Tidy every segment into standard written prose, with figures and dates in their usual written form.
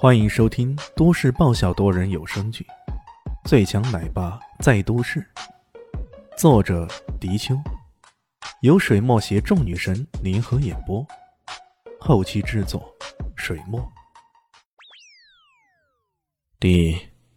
欢迎收听都市爆笑多人有声剧《最强奶爸在都市》，作者：迪秋，由水墨携众女神联合演播，后期制作：水墨。第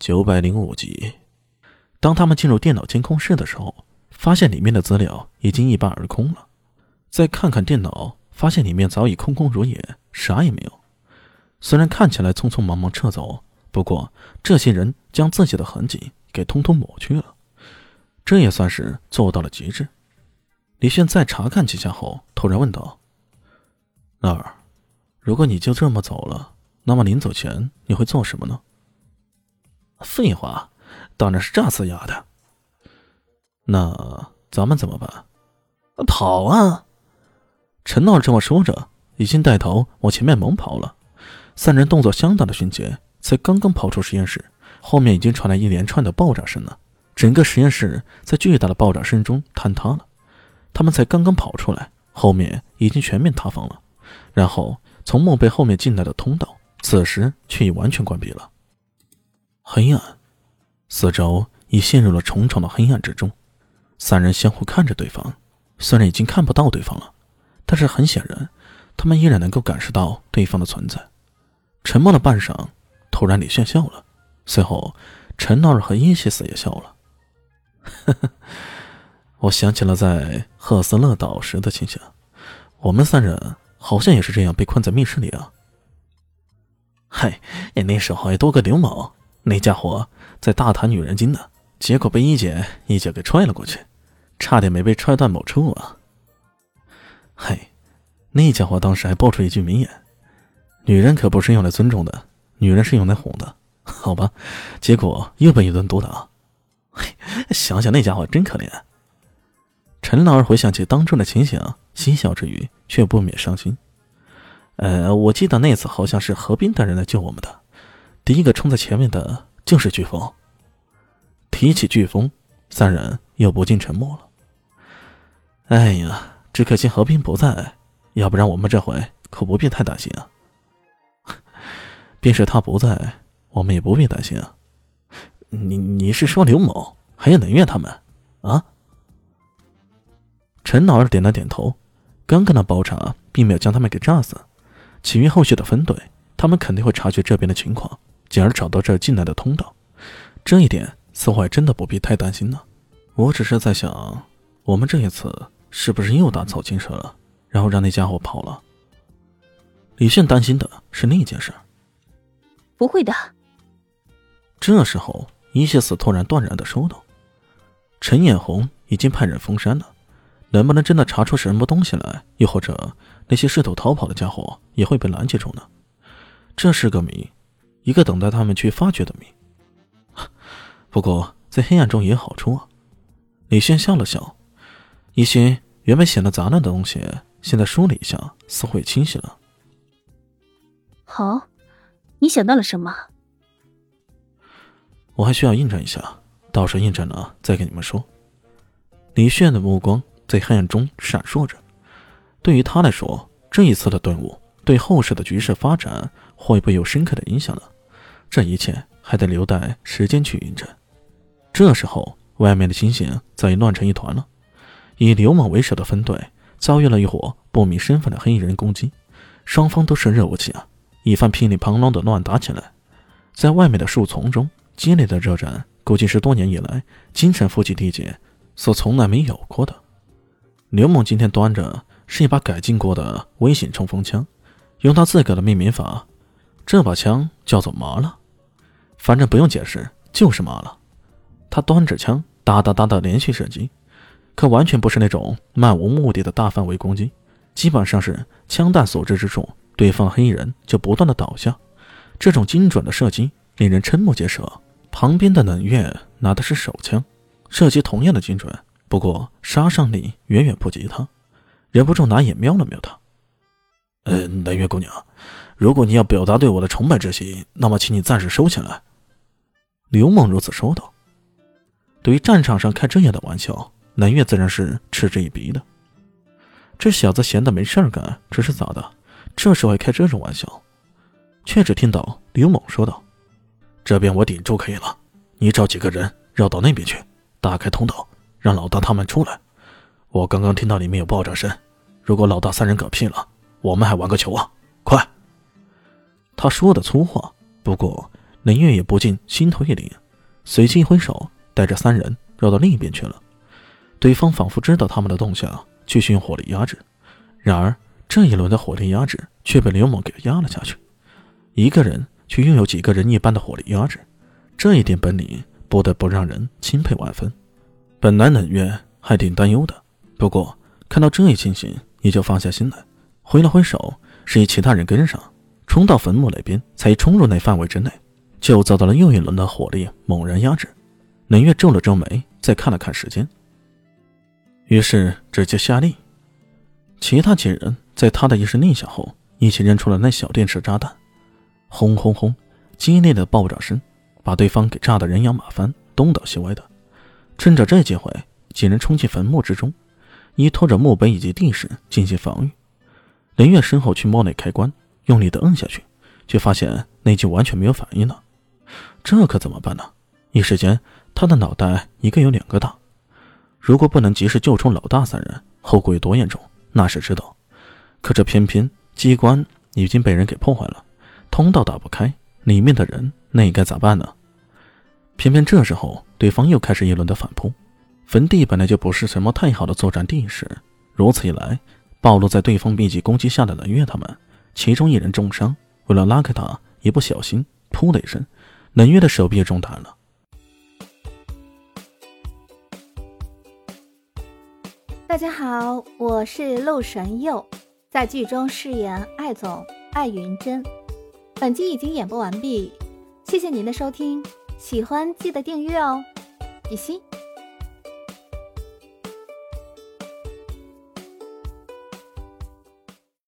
905集，当他们进入电脑监控室的时候，发现里面的资料已经一半而空了。再看看电脑，发现里面早已空空如也，啥也没有。虽然看起来匆匆忙忙撤走，不过这些人将自己的痕迹给通通抹去了，这也算是做到了极致。李炫再查看几下后，突然问道：“那如果你就这么走了，那么临走前你会做什么呢？”“废话，当然是炸死丫的。”“那咱们怎么办？”“ 跑啊！” 陈闹这么说着，已经带头往前面猛跑了。三人动作相当的迅捷，才刚刚跑出实验室，后面已经传来一连串的爆炸声了。整个实验室在巨大的爆炸声中坍塌了。他们才刚刚跑出来，后面已经全面塌方了。然后从墓碑后面进来的通道，此时却已完全关闭了。黑暗，四周已陷入了重重的黑暗之中。三人相互看着对方，虽然已经看不到对方了，但是很显然，他们依然能够感受到对方的存在。沉默了半晌，突然李炫笑了，随后陈闹儿和伊西斯也笑了。呵呵，我想起了在赫斯勒岛时的情形，我们三人好像也是这样被困在密室里啊。 嗨，那时候还多个流氓，那家伙在大谈女人经呢，结果被一姐给踹了过去，差点没被踹断某处啊。 嗨，那家伙当时还爆出一句名言：女人可不是用来尊重的，女人是用来哄的。好吧，结果又被一顿毒打。 想想那家伙真可怜。 陈老二回想起当初的情形，嬉笑之余却不免伤心。 我记得那次好像是何冰大人来救我们的，第一个冲在前面的就是飓风。 提起飓风，三人又不禁沉默了。 哎呀，只可惜何冰不在，要不然我们这回可不必太担心啊。 便是他不在，我们也不必担心啊。 你是说刘某还有冷月他们啊？ 陈老二点了点头。刚刚的爆炸并没有将他们给炸死，其余后续的分队，他们肯定会察觉这边的情况，进而找到这进来的通道。这一点似乎还真的不必太担心呢。我只是在想，我们这一次是不是又打草惊蛇了，然后让那家伙跑了？李炫担心的是另一件事。 不会的。 这时候伊谢斯突然断然地说道：“陈眼红已经派人封山了，能不能真的查出什么东西来，又或者那些试图逃跑的家伙也会被拦截住呢？这是个谜，一个等待他们去发掘的谜。不过在黑暗中也有好处啊。”李轩笑了笑，一些原本显得杂乱的东西，现在梳理一下，似乎也清晰了。 好，你想到了什么？ 我还需要印证一下，到时候印证了再跟你们说。李炫的目光在黑暗中闪烁着，对于他来说，这一次的顿悟对后世的局势发展会不会有深刻的影响呢？这一切还得留待时间去印证。这时候外面的情形早已乱成一团了，以流氓为首的分队遭遇了一伙不明身份的黑衣人攻击，双方都是热武器啊，一番噼里啪啦的乱打起来。在外面的树丛中激烈的热战，估计是多年以来京城附近地界所从来没有过的。刘猛今天端着是一把改进过的微型冲锋枪，用他自个的命名法，这把枪叫做麻辣，反正不用解释，就是麻辣。他端着枪哒哒哒的连续射击，可完全不是那种漫无目的的大范围攻击，基本上是枪弹所至之处，对方的黑衣人就不断的倒下。这种精准的射击令人瞠目结舌。旁边的冷月拿的是手枪，射击同样的精准，不过杀伤力远远不及他，忍不住拿眼瞄了瞄他。 冷月姑娘，如果你要表达对我的崇拜之心，那么请你暂时收起来。 刘猛如此说道。对于战场上开这样的玩笑，冷月自然是嗤之以鼻的。这小子闲得没事干，这是咋的？这时候还开这种玩笑？ 却只听到刘猛说道：“这边我顶住可以了，你找几个人绕到那边去，打开通道，让老大他们出来。我刚刚听到里面有爆炸声，如果老大三人嗝屁了，我们还玩个球啊！快！”他说的粗话，不过林月也不禁心头一凛，随即一挥手，带着三人绕到另一边去了。对方仿佛知道他们的动向，继续用火力压制。然而这一轮的火力压制却被刘猛给压了下去，一个人却拥有几个人一般的火力压制，这一点本领不得不让人钦佩万分。本来冷月还挺担忧的，不过看到这一情形也就放下心来，挥了挥手示意其他人跟上，冲到坟墓那边，才冲入那范围之内，就遭到了又一轮的火力猛然压制。冷月皱了皱眉，再看了看时间，于是直接下令。其他几人在他的一声令下后，一起扔出了那小电池炸弹，轰轰轰，激烈的爆炸声把对方给炸得人仰马翻，东倒西歪的。趁着这机会，几人冲进坟墓之中，依托着墓碑以及地势进行防御。林月身后去摸那开关，用力的摁下去，却发现那具完全没有反应了。这可怎么办呢？一时间他的脑袋一个有两个大，如果不能及时救出老大三人，后果有多严重那是知道。可这偏偏机关已经被人给破坏了，通道打不开，里面的人那该咋办呢？偏偏这时候对方又开始一轮的反扑。坟地本来就不是什么太好的作战地势，如此一来，暴露在对方密集攻击下的冷月他们，其中一人重伤，为了拉开他，一不小心噗的一声，冷月的手臂也中弹了。 大家好，我是陆神佑，在剧中饰演艾总艾云珍。本集已经演播完毕，谢谢您的收听，喜欢记得订阅哦，比心。